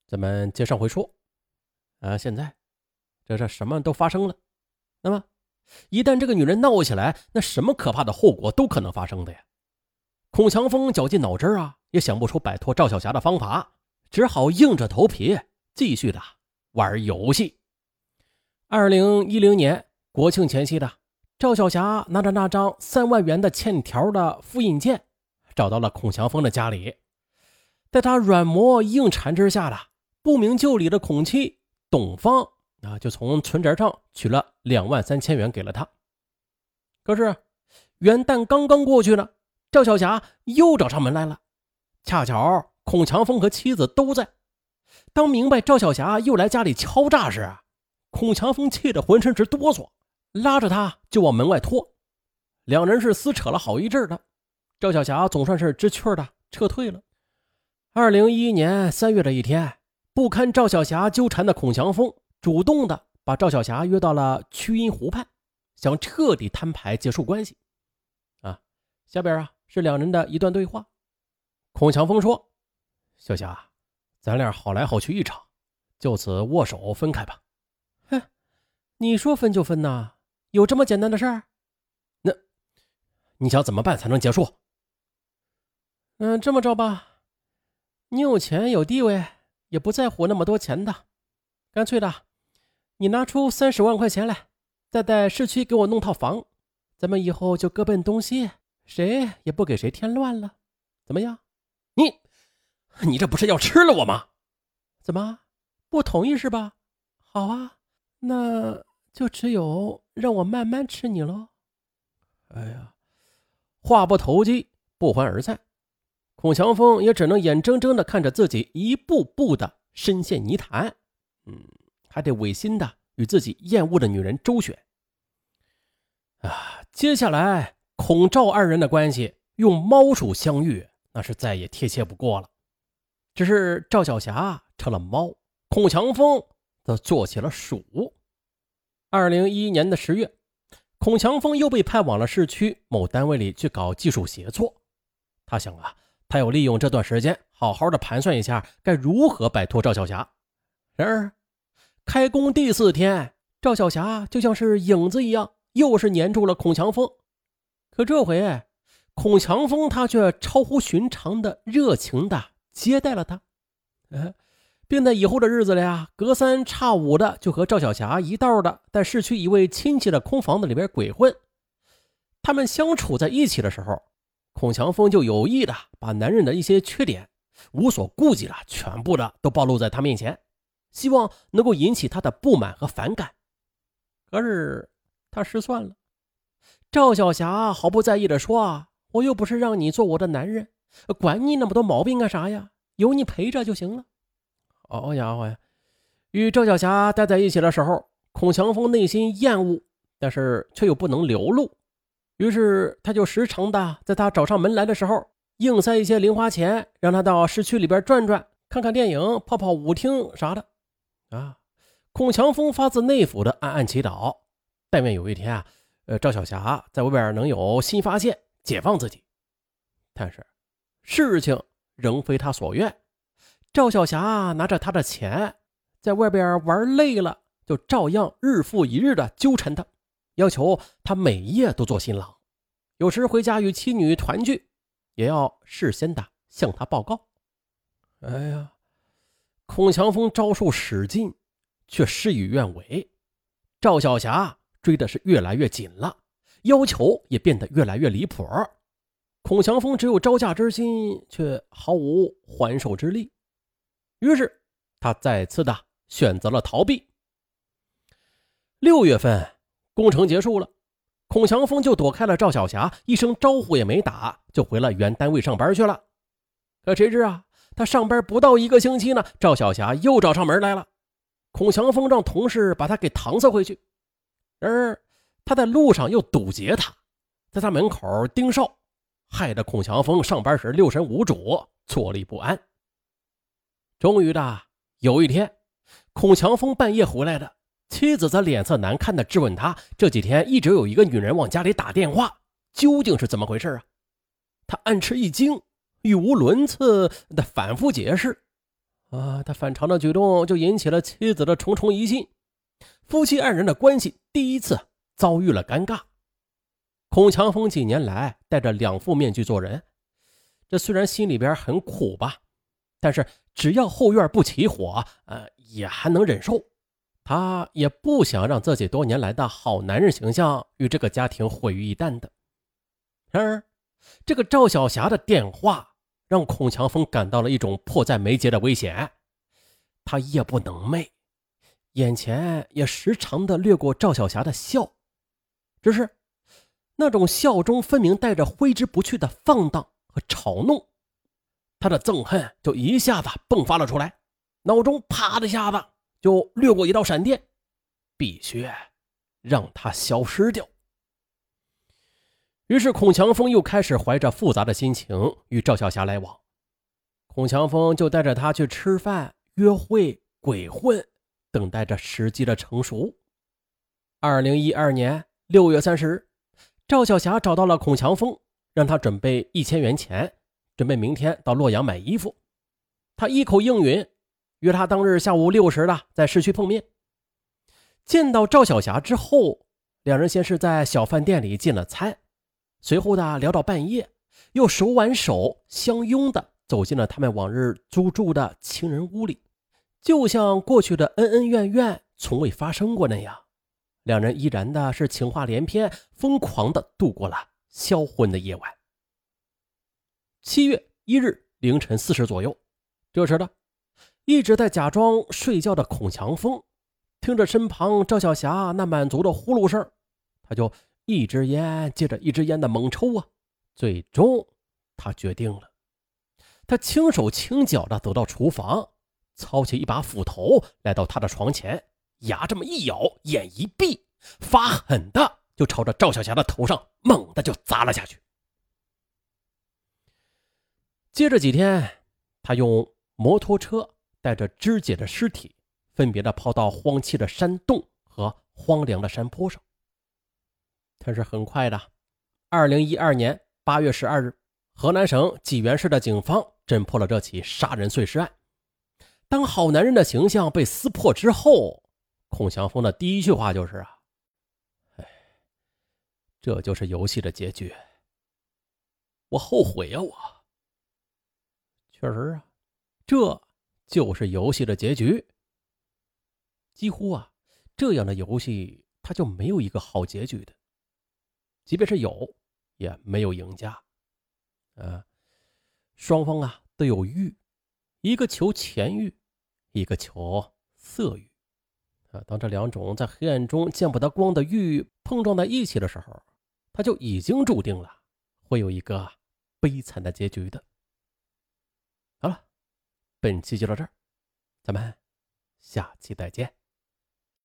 咱们接上回说，现在这什么都发生了，那么一旦这个女人闹起来，那什么可怕的后果都可能发生的呀。孔祥峰绞尽脑汁也想不出摆脱赵小霞的方法，只好硬着头皮继续的玩游戏。2010年国庆前夕的，赵小霞拿着那张3万元的欠条的复印件，找到了孔祥峰的家里。在他软磨硬缠之下的，不明就里的孔妻董芳就从存折上取了23000元给了他。可是元旦刚刚过去呢，赵小霞又找上门来了。恰巧孔强峰和妻子都在。当明白赵小霞又来家里敲诈时，孔强峰气得浑身直哆嗦，拉着他就往门外拖。两人是撕扯了好一阵的，赵小霞总算是知趣的撤退了。2011年3月的一天，不堪赵小霞纠缠的孔祥峰主动的把赵小霞约到了曲阴湖畔，想彻底摊牌结束关系。下边是两人的一段对话。孔祥峰说：小霞，咱俩好来好去一场，就此握手分开吧。哼，你说分就分呐，有这么简单的事儿？那你想怎么办才能结束？这么着吧，你有钱有地位，也不在乎那么多钱的，干脆的，你拿出30万块钱来，再在市区给我弄套房，咱们以后就各奔东西，谁也不给谁添乱了，怎么样？你这不是要吃了我吗？怎么不同意是吧？好啊，那就只有让我慢慢吃你喽。哎呀，话不投机不欢而散，孔祥峰也只能眼睁睁地看着自己一步步的深陷泥潭，还得违心的与自己厌恶的女人周旋。接下来孔赵二人的关系用猫鼠相遇，那是再也贴切不过了。只是赵小霞成了猫，孔祥峰则做起了鼠。2011年的10月，孔祥峰又被派往了市区某单位里去搞技术协作。他想他要利用这段时间好好的盘算一下该如何摆脱赵小霞。然而开工第4天，赵小霞就像是影子一样，又是黏住了孔祥峰。可这回孔祥峰他却超乎寻常的热情的接待了他，并在以后的日子里隔3差5的就和赵小霞一道的在市区一位亲戚的空房子里边鬼混。他们相处在一起的时候，孔祥峰就有意的把男人的一些缺点无所顾忌的全部的都暴露在他面前，希望能够引起他的不满和反感。可是他失算了。赵小霞毫不在意的说：我又不是让你做我的男人，管你那么多毛病干啥呀，有你陪着就行了。家伙呀，与赵小霞待在一起的时候，孔祥峰内心厌恶，但是却又不能流露，于是他就时常的在他找上门来的时候硬塞一些零花钱，让他到市区里边转转，看看电影，泡泡舞厅啥的。孔祥峰发自内腑的暗暗祈祷，但愿有一天赵小霞在外边能有新发现，解放自己。但是事情仍非他所愿，赵小霞拿着他的钱，在外边玩累了，就照样日复一日的纠缠他，要求他每夜都做新郎，有时回家与妻女团聚，也要事先的向他报告。孔祥峰招数使尽，却事与愿违。赵小霞追的是越来越紧了，要求也变得越来越离谱。孔祥峰只有招架之心，却毫无还手之力。于是他再次的选择了逃避。6月份工程结束了，孔祥峰就躲开了赵小霞，一声招呼也没打，就回了原单位上班去了。可谁知他上班不到1个星期呢，赵小霞又找上门来了。孔祥峰让同事把他给搪塞回去，然而他在路上又堵截他，在他门口盯梢，害得孔祥峰上班时六神无主，坐立不安。终于的有一天，孔祥峰半夜回来的，妻子则脸色难看的质问他，这几天一直有一个女人往家里打电话，究竟是怎么回事他暗吃一惊，语无伦次的反复解释。 他反常的举动就引起了妻子的重重疑心，夫妻二人的关系第一次遭遇了尴尬。孔强峰几年来戴着2副面具做人，这虽然心里边很苦吧，但是只要后院不起火，也还能忍受。他也不想让自己多年来的好男人形象与这个家庭毁于一旦的。然而，这个赵小霞的电话让孔强峰感到了一种迫在眉睫的危险。他夜不能寐，眼前也时常的掠过赵小霞的笑，只是那种笑中分明带着挥之不去的放荡和嘲弄。他的憎恨就一下子迸发了出来，脑中啪的一下子就掠过一道闪电，必须让他消失掉。于是孔强峰又开始怀着复杂的心情与赵小霞来往。孔强峰就带着她去吃饭、约会、鬼混，等待着时机的成熟。2012年6月30日，赵小霞找到了孔强峰，让他准备1000元钱，准备明天到洛阳买衣服。他一口应允，约他当日下午6时的在市区碰面。见到赵小霞之后，两人先是在小饭店里进了餐，随后的聊到半夜，又手挽手相拥的走进了他们往日租住的情人屋里，就像过去的恩恩怨怨从未发生过那样。两人依然的是情话连篇，疯狂的度过了销魂的夜晚。7月1日凌晨4时左右，这时的一直在假装睡觉的孔强峰听着身旁赵小霞那满足的呼噜声，他就一支烟接着一支烟的猛抽啊。最终他决定了，他轻手轻脚的走到厨房，操起一把斧头来到他的床前，牙这么一咬，眼一闭，发狠的就朝着赵小霞的头上猛地就砸了下去。接着几天，他用摩托车带着肢解的尸体分别的抛到荒弃的山洞和荒凉的山坡上。但是很快的，2012年8月12日，河南省济源市的警方侦破了这起杀人碎尸案。当好男人的形象被撕破之后，孔祥峰的第一句话就是这就是游戏的结局，我后悔啊，我确实这就是游戏的结局。几乎这样的游戏它就没有一个好结局的，即便是有也没有赢家。双方都有欲，一个求钱欲，一个求色欲。当这两种在黑暗中见不得光的欲碰撞在一起的时候，它就已经注定了会有一个悲惨的结局的。好了，本期就到这儿，咱们下期再见。